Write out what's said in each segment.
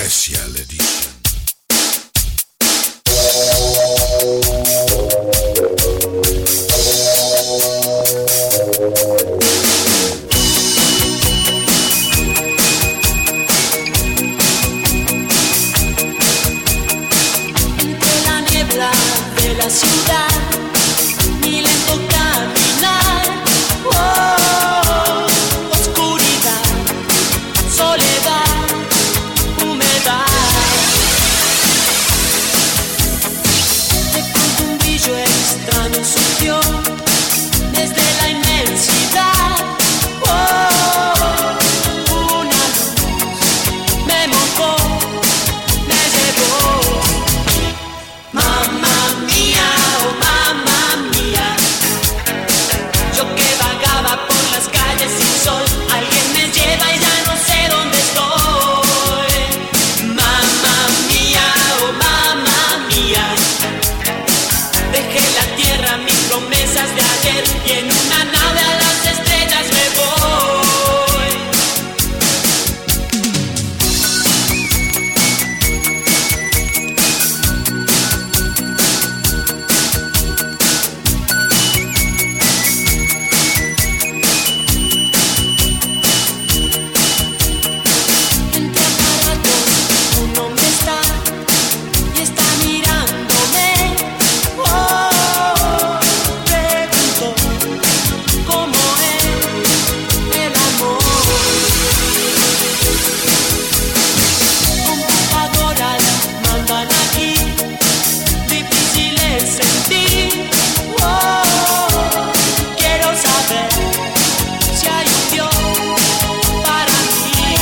Special Edition. Entre la niebla de la ciudad, mi lento caminar, oh, oscuridad, soledad, humedad. De pronto un brillo extraño surgió desde la inmensidad, oh, una luz me mojó, me llevó. Mamma mía, oh mamma mía, yo que vagaba por las calles sin sol, alguien me lleva y ya no sé dónde estoy. Mamma mía, oh mamma mía, dejé la tierra, mis promesas de ayer, y en una nave a las estrellas me voy. Entre aparatos un hombre está y está mirándome. Oh, pregunto cómo es el amor. Computadoras mandan aquí, difícil es sentir. Oh, quiero saber si hay un Dios para mí.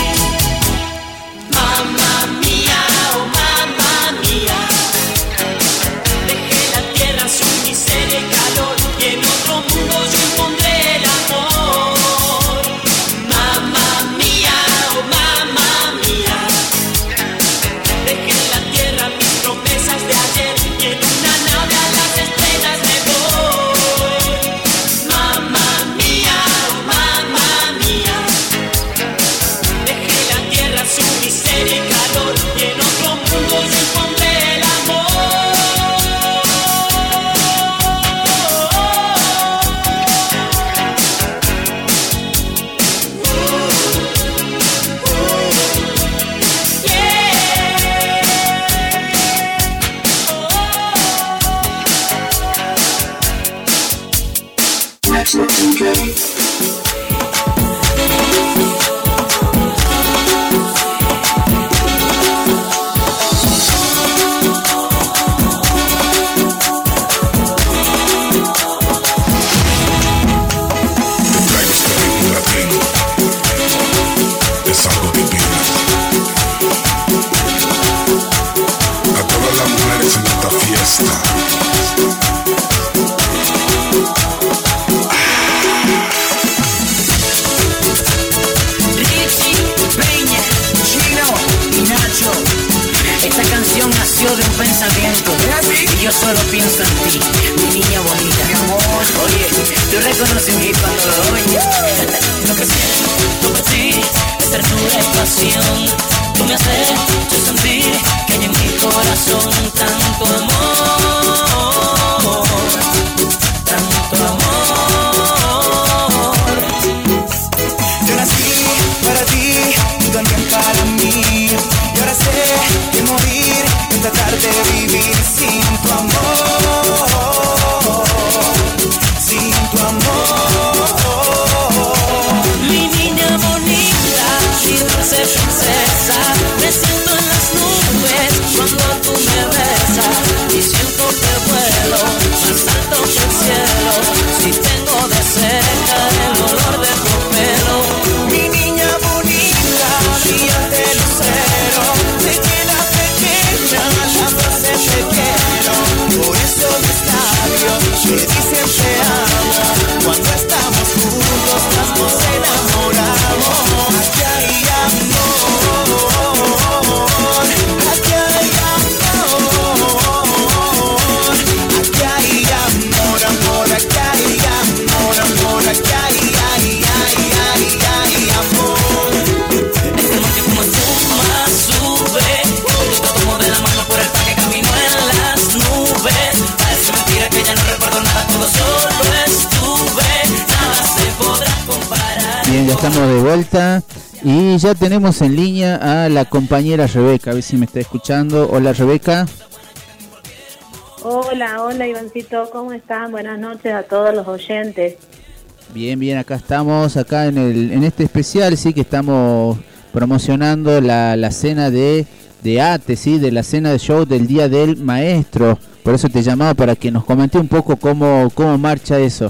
Mamma mía, oh mamma mía, dejé la tierra, su miseria y calor, y en otro mundo yo encontré el amor. Mamma mía, oh mamma mía, dejé la tierra, mis promesas de ayer, y en una nave a las estrellas me voy. Mamma mía, oh mamma mía, dejé la tierra, su miseria y calor, y en otro mundo yo encontré el amor. Traigo este ritmo latino. Es algo divino. A todas las mujeres en esta fiesta. Richie, Peña, Chino y Nacho. Esta canción nació de un pensamiento y yo solo pienso en ti, mi niña bonita. Mi amor, oye, tú reconoces mi cuando lo oyes. Lo que siento por ti es ternura y pasión. Tú me haces sentir que hay en mi corazón tanto amor, tanto amor. Yo nací para ti, tú también para mí. Y ahora sé que morir es tratar de vivir sin tu amor, sin tu amor. Mi niña bonita, sin ser princesa, estamos de vuelta y ya tenemos en línea a la compañera Rebeca, a ver si me está escuchando. Hola Rebeca. Hola Ivancito, ¿cómo están? Buenas noches a todos los oyentes. Bien, acá estamos, acá en este especial, sí, que estamos promocionando la cena de ATE, sí, de la cena de show del Día del Maestro. Por eso te llamaba para que nos comente un poco cómo marcha eso.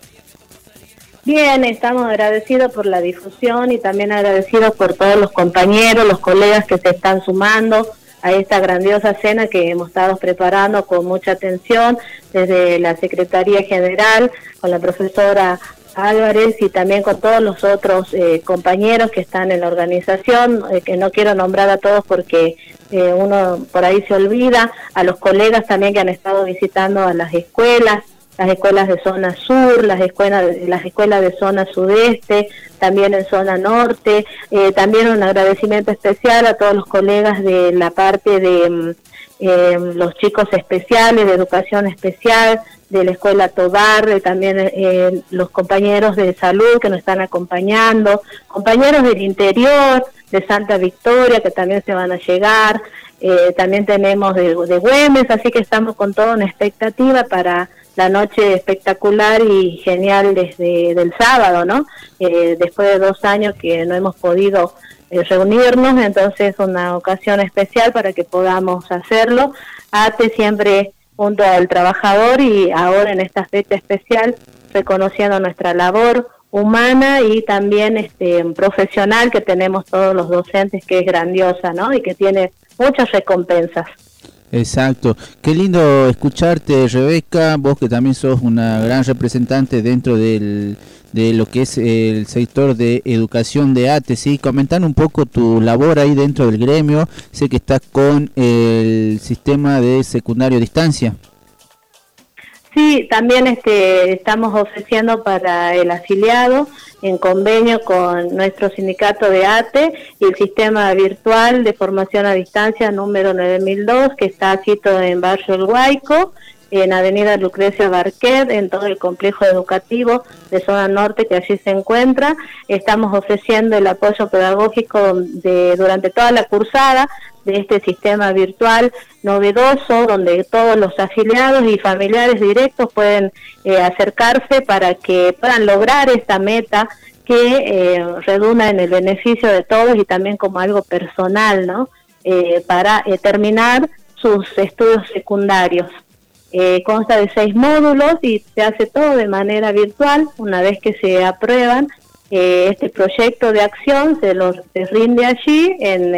Bien, estamos agradecidos por la difusión y también agradecidos por todos los compañeros, los colegas que se están sumando a esta grandiosa cena que hemos estado preparando con mucha atención desde la Secretaría General, con la profesora Álvarez y también con todos los otros compañeros que están en la organización, que no quiero nombrar a todos porque uno por ahí se olvida, a los colegas también que han estado visitando a las escuelas de zona sur, las escuelas de zona sudeste, también en zona norte, también un agradecimiento especial a todos los colegas de la parte de los chicos especiales, de educación especial, de la escuela Tobar, también los compañeros de salud que nos están acompañando, compañeros del interior, de Santa Victoria, que también se van a llegar, también tenemos de Güemes, así que estamos con toda una expectativa para la noche espectacular y genial desde el sábado, ¿no? Después de 2 años que no hemos podido reunirnos, entonces una ocasión especial para que podamos hacerlo. ATE siempre junto al trabajador y ahora en esta fecha especial reconociendo nuestra labor humana y también profesional que tenemos todos los docentes, que es grandiosa, ¿no? Y que tiene muchas recompensas. Exacto, qué lindo escucharte Rebeca, vos que también sos una gran representante dentro de lo que es el sector de educación de ATE, ¿sí? Comentar un poco tu labor ahí dentro del gremio, sé que estás con el sistema de secundario a distancia. Sí, también estamos ofreciendo para el afiliado en convenio con nuestro sindicato de ATE y el sistema virtual de formación a distancia número 9002 que está situado en Barrio El Guayco, en Avenida Lucrecia Barquet, en todo el complejo educativo de zona norte que allí se encuentra. Estamos ofreciendo el apoyo pedagógico durante toda la cursada de este sistema virtual novedoso, donde todos los afiliados y familiares directos pueden acercarse para que puedan lograr esta meta que redunda en el beneficio de todos y también como algo personal, ¿no? Para terminar sus estudios secundarios. Consta de 6 módulos y se hace todo de manera virtual. Una vez que se aprueban, este proyecto de acción se rinde allí en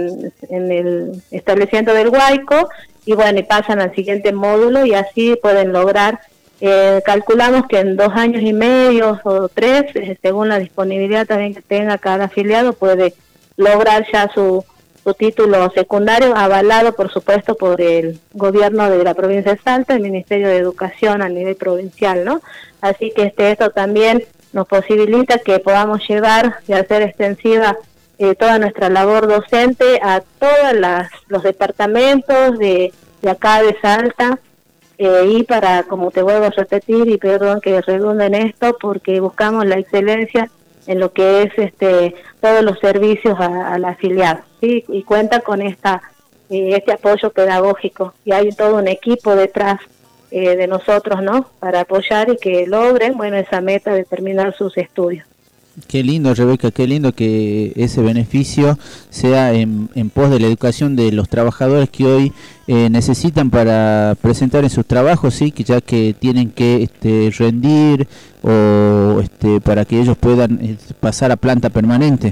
el establecimiento del Guayco y bueno, y pasan al siguiente módulo y así pueden lograr, calculamos que en 2 años y medio o 3, según la disponibilidad también que tenga cada afiliado, puede lograr ya su título secundario, avalado por supuesto por el gobierno de la provincia de Salta, el Ministerio de Educación a nivel provincial, ¿no? Así que esto también nos posibilita que podamos llevar y hacer extensiva toda nuestra labor docente a todos los departamentos de acá de Salta, y para, como te vuelvo a repetir, y perdón que redunde en esto, porque buscamos la excelencia en lo que es todos los servicios al afiliado, ¿sí? Y cuenta con este apoyo pedagógico y hay todo un equipo detrás de nosotros, ¿no? Para apoyar y que logren, bueno, esa meta de terminar sus estudios. Qué lindo, Rebeca, qué lindo que ese beneficio sea en pos de la educación de los trabajadores que hoy necesitan para presentar en sus trabajos, sí, que ya que tienen que rendir o para que ellos puedan pasar a planta permanente.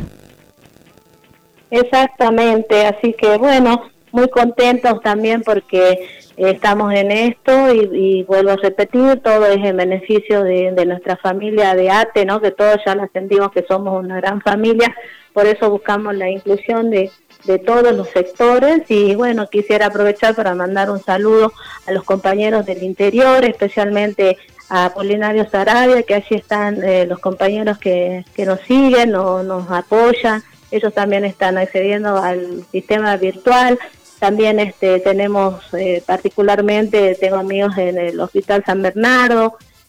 Exactamente, así que bueno, muy contentos también porque estamos en esto y vuelvo a repetir, todo es en beneficio de nuestra familia de ATE, ¿no? Que todos ya la sentimos que somos una gran familia, por eso buscamos la inclusión de todos los sectores y bueno, quisiera aprovechar para mandar un saludo a los compañeros del interior, especialmente a Apolinario Sarabia, que allí están los compañeros que nos siguen, nos apoyan, ellos también están accediendo al sistema virtual. También tenemos particularmente, tengo amigos en el Hospital San Bernardo,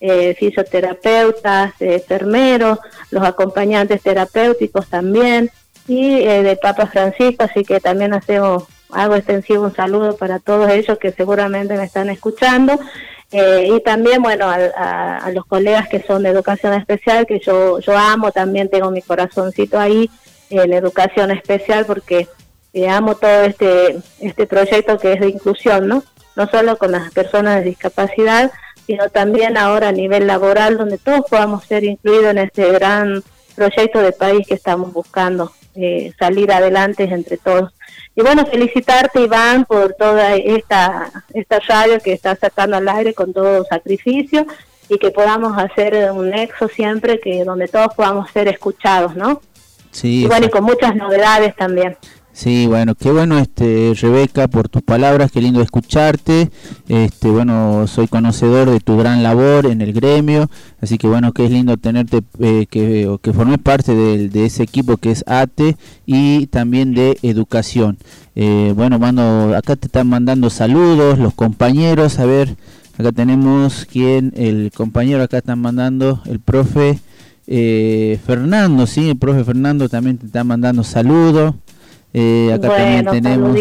fisioterapeutas, enfermeros, los acompañantes terapéuticos también, y de Papa Francisco, así que también hago extensivo un saludo para todos ellos que seguramente me están escuchando, y también, bueno, a los colegas que son de educación especial, que yo amo, también tengo mi corazoncito ahí en educación especial, porque amo todo este proyecto que es de inclusión, ¿no? No solo con las personas de discapacidad, sino también ahora a nivel laboral, donde todos podamos ser incluidos en este gran proyecto de país que estamos buscando, salir adelante entre todos. Y bueno, felicitarte, Iván, por toda esta radio que estás sacando al aire con todo sacrificio, y que podamos hacer un nexo siempre, que donde todos podamos ser escuchados, ¿no? Sí, y bueno, y con muchas novedades también. Sí, bueno, qué bueno, Rebeca, por tus palabras, qué lindo escucharte. Bueno, soy conocedor de tu gran labor en el gremio, así que bueno, que es lindo tenerte, que formes parte de ese equipo que es ATE y también de educación. Bueno, acá te están mandando saludos los compañeros. A ver, acá tenemos el compañero acá están mandando, el profe Fernando, sí, el profe Fernando también te está mandando saludos. Acá también tenemos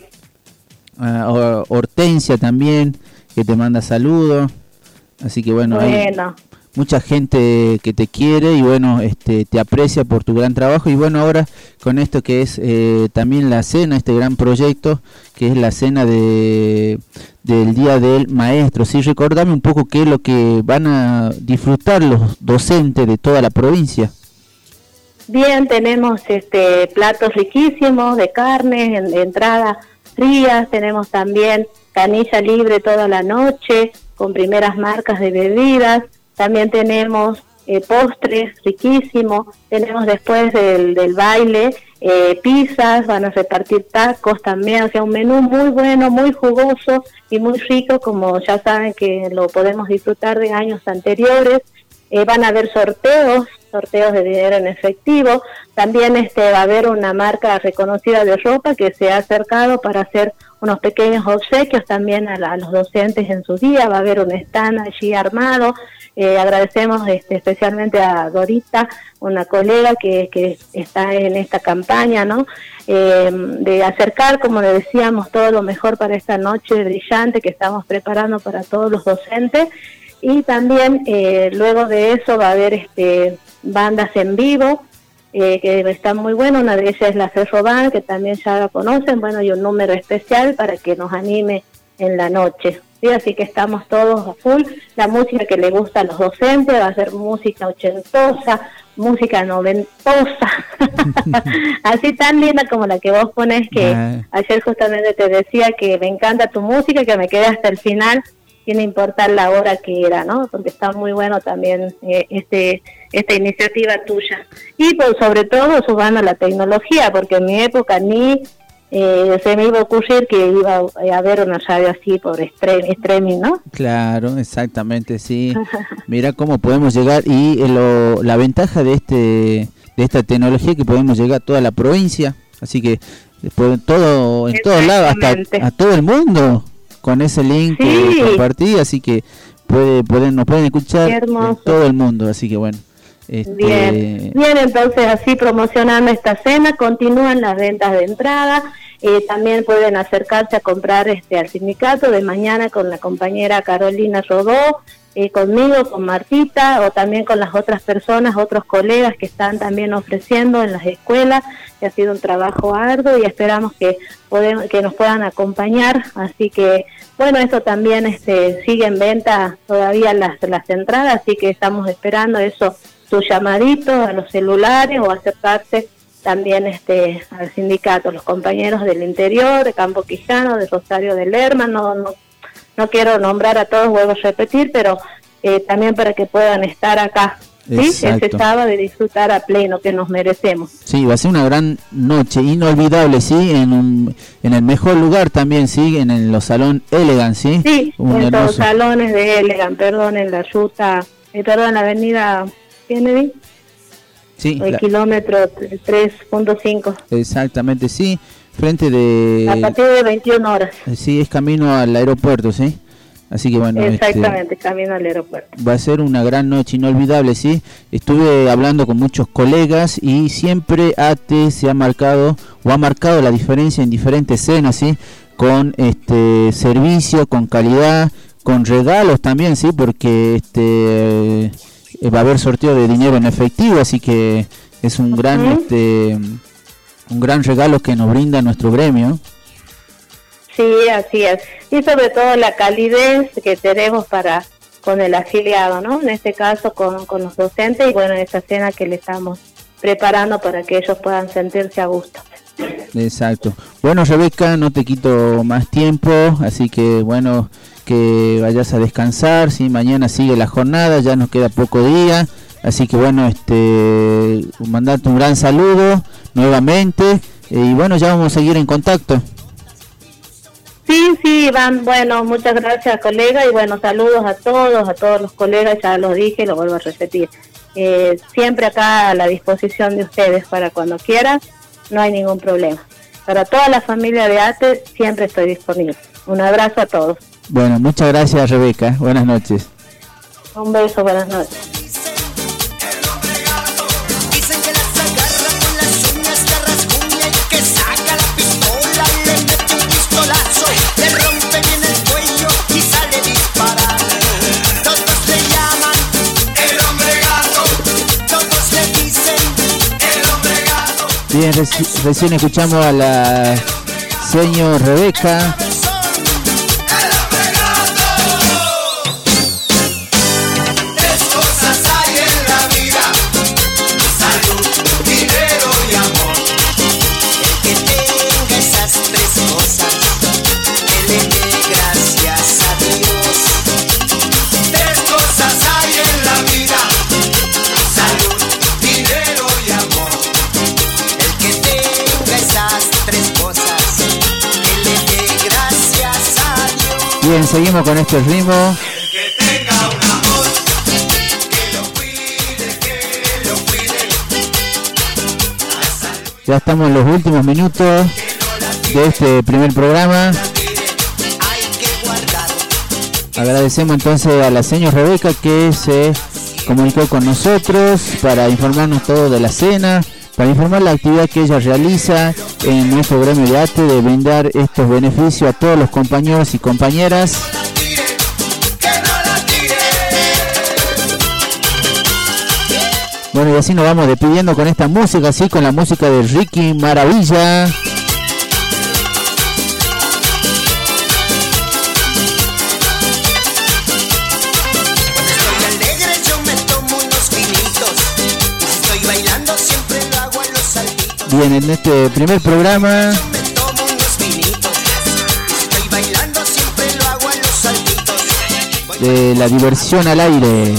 Hortensia también, que te manda saludos. Así que bueno, hay mucha gente que te quiere y bueno, te aprecia por tu gran trabajo. Y bueno, ahora con esto que es también la cena, este gran proyecto que es la cena del Día del Maestro. Sí, recordame un poco qué es lo que van a disfrutar los docentes de toda la provincia. Bien, tenemos platos riquísimos de carne, de entradas frías, tenemos también canilla libre toda la noche, con primeras marcas de bebidas, también tenemos postres riquísimos, tenemos después del baile pizzas, van a repartir tacos también, o sea, un menú muy bueno, muy jugoso y muy rico, como ya saben que lo podemos disfrutar de años anteriores. Van a haber sorteos de dinero en efectivo, también va a haber una marca reconocida de ropa que se ha acercado para hacer unos pequeños obsequios también a los docentes en su día, va a haber un stand allí armado. Agradecemos especialmente a Dorita, una colega que está en esta campaña, ¿no? De acercar, como le decíamos, todo lo mejor para esta noche brillante que estamos preparando para todos los docentes. Y también luego de eso va a haber bandas en vivo que están muy buenas. Una de ellas es la Ferro Band, que también ya la conocen, bueno, y un número especial para que nos anime en la noche. ¿Sí? Así que estamos todos a full. La música que le gusta a los docentes va a ser música ochentosa, música noventosa, así tan linda como la que vos pones, que ayer justamente te decía que me encanta tu música, que me quedé hasta el final, sin importar la hora que era, ¿no? Porque está muy bueno también esta iniciativa tuya. Y pues, sobre todo sumando la tecnología, porque en mi época ni se me iba a ocurrir que iba a haber una radio así por streaming, ¿no? Claro, exactamente, sí. Mira cómo podemos llegar y la ventaja de esta tecnología, que podemos llegar a toda la provincia, así que en todos lados, hasta a todo el mundo, con ese link que compartí, así que nos pueden escuchar en todo el mundo, así que bueno. Bien, entonces así promocionando esta cena, continúan las ventas de entrada, también pueden acercarse a comprar al sindicato de mañana con la compañera Carolina Rodó, conmigo, con Martita, o también con las otras personas, otros colegas que están también ofreciendo en las escuelas, que ha sido un trabajo arduo y esperamos que nos puedan acompañar. Así que bueno, esto también sigue en venta todavía las entradas, así que estamos esperando eso, su llamadito a los celulares, o acercarse también al sindicato, los compañeros del interior, de Campo Quijano, de Rosario de Lerma. No quiero nombrar a todos, vuelvo a repetir, pero también para que puedan estar acá, ¿sí? Ese sábado, y disfrutar a pleno, que nos merecemos. Sí, va a ser una gran noche, inolvidable, sí, en el mejor lugar también, sí, en los Salón Elegant, sí. Sí, en los salones de Elegant, en la ruta, la avenida Kennedy. Sí, el kilómetro 3.5. Exactamente, sí. A partir de 21 horas. Sí, es camino al aeropuerto, ¿sí? Así que bueno, Exactamente, camino al aeropuerto. va a ser una gran noche inolvidable, ¿sí? Estuve hablando con muchos colegas y siempre ATE se ha marcado o ha marcado la diferencia en diferentes escenas, ¿sí? Con servicio, con calidad, con regalos también, ¿sí? Porque va a haber sorteo de dinero en efectivo, así que es un gran un gran regalo que nos brinda nuestro gremio. Sí, así es. Y sobre todo la calidez que tenemos con el afiliado, ¿no? En este caso con los docentes y bueno, esa cena que le estamos preparando para que ellos puedan sentirse a gusto. Exacto. Bueno, Rebeca, no te quito más tiempo, así que bueno, que vayas a descansar, ¿sí? Mañana sigue la jornada, ya nos queda poco día, así que bueno, mandarte un gran saludo nuevamente y bueno, ya vamos a seguir en contacto. Sí, Iván, bueno, muchas gracias, colega, y bueno, saludos a todos los colegas, ya los dije, lo vuelvo a repetir. Siempre acá a la disposición de ustedes para cuando quieran, no hay ningún problema. Para toda la familia de ATE siempre estoy disponible. Un abrazo a todos. Bueno, muchas gracias, Rebeca, buenas noches. Un beso, buenas noches. Bien, recién escuchamos a la señor Rebeca. Tres cosas hay en la vida: salud, dinero y amor. El que tenga esas tres cosas, que le dé gracias a Dios. Tres cosas hay en la vida: salud, dinero y amor. Bien, seguimos con este ritmo. El que tenga un amor, que lo cuide. Ya estamos en los últimos minutos de este primer programa. Agradecemos entonces a la señora Rebeca que se comunicó con nosotros para informarnos todo de la cena, para informar la actividad que ella realiza en nuestro gremio de ATE, de brindar estos beneficios a todos los compañeros y compañeras. Bueno, y así nos vamos despidiendo con esta música, así con la música de Ricky Maravilla. Bien, en este primer programa de la diversión al aire,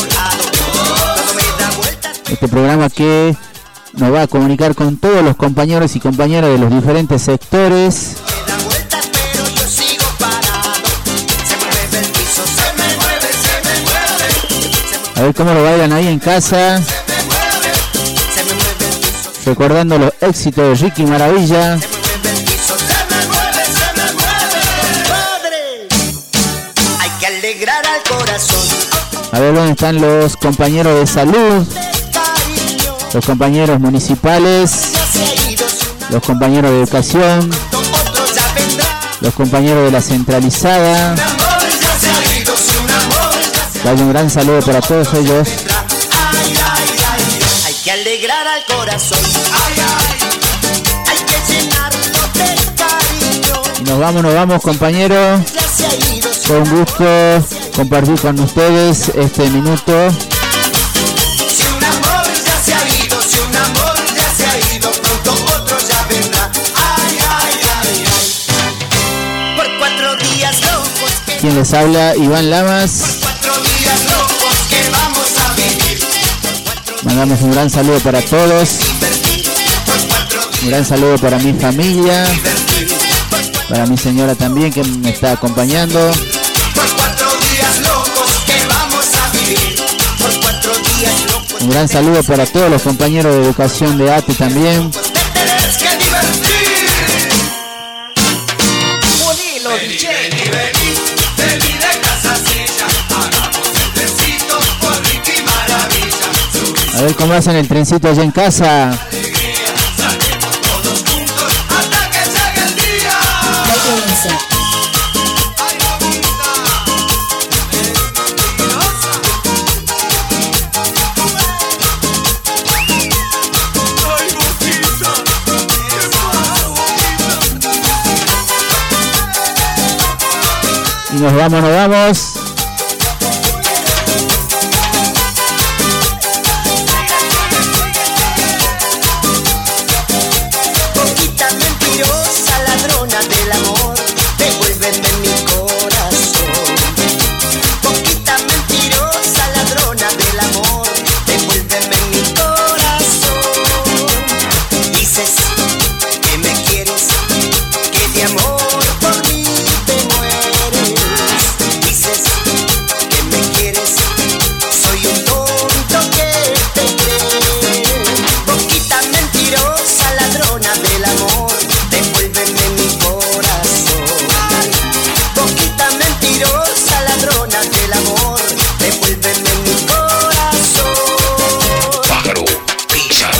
este programa que nos va a comunicar con todos los compañeros y compañeras de los diferentes sectores. A ver cómo lo bailan ahí en casa, recordando los éxitos de Ricky Maravilla. Hay que alegrar al corazón. A ver dónde están los compañeros de salud, los compañeros municipales, los compañeros de educación, los compañeros de la centralizada. Vaya un gran saludo para todos ellos. Hay que alegrar al corazón. Hay que llenarlo de cariño. Y nos vamos compañeros. Fue un gusto compartir con ustedes este minuto. Si un amor ya se ha ido, si un amor ya se ha ido, pronto otro ya vendrá. Por 4 días locos que... Quien les habla, Iván Lamas. 4 días locos que vamos a vivir. Mandamos un gran saludo para todos. Un gran saludo para mi familia, para mi señora también que me está acompañando. Un gran saludo para todos los compañeros de educación de ATE también. Vení, vení, vení de ver cómo hacen el trencito allá en casa. Y nos vamos. Poquita mentirosa, ladrona del amor, devuélveme mi corazón. Poquita mentirosa, ladrona del amor, devuélveme mi corazón. Dices que me quieres, que de amor por mí te mueres. Dices que me quieres, soy un tonto que te cree. Poquita mentirosa, ladrona del amor, devuélveme mi corazón. Poquita mentirosa, ladrona del amor, devuélveme mi corazón. Pájaro, pisa.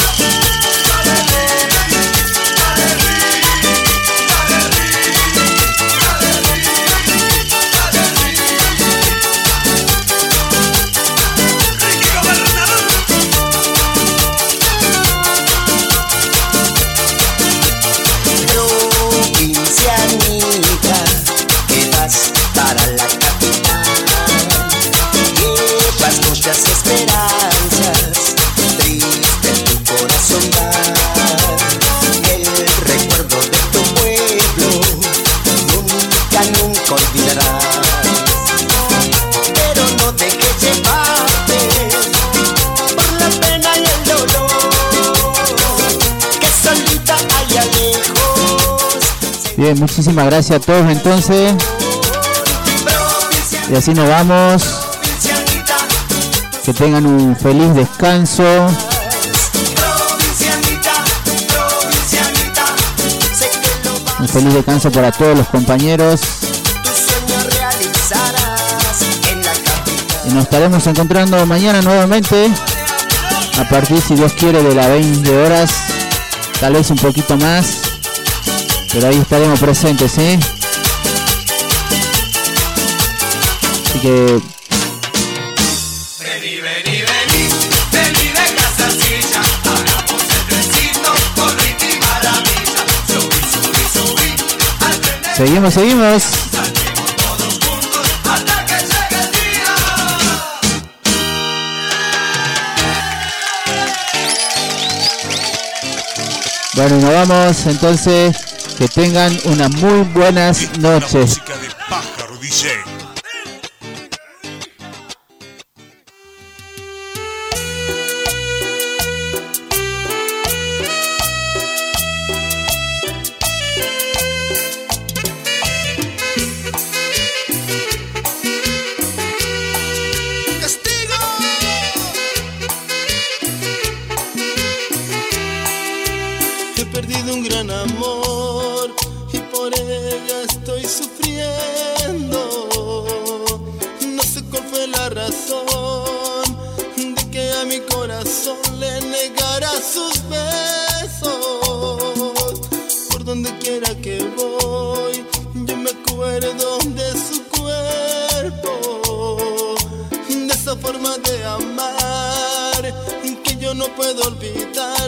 Provincianita, que vas para la capital, llevas muchas esperanzas, triste tu corazón va. El recuerdo de tu pueblo nunca olvidarás, pero no dejes llevarte por la pena y el dolor, que solita allá lejos. Bien, muchísimas gracias a todos entonces. Y así nos vamos. Que tengan un feliz descanso. Un feliz descanso para todos los compañeros. Y nos estaremos encontrando mañana nuevamente. A partir, si Dios quiere, de las 20 horas. Tal vez un poquito más. Pero ahí estaremos presentes, ¿eh? Así que... Vení, de casacilla, hagamos el trencito con ritmo y maravilla. Subí, al tren de Seguimos. salimos todos juntos hasta que llegue el día. Bueno, nos vamos entonces. Que tengan unas muy buenas La noches. música de Pájaro DJ. He perdido un gran amor y por ella estoy sufriendo. No sé cuál fue la razón de que a mi corazón le negara sus besos. Por donde quiera que voy, yo me acuerdo de su cuerpo, de esa forma de amar que yo no puedo olvidar.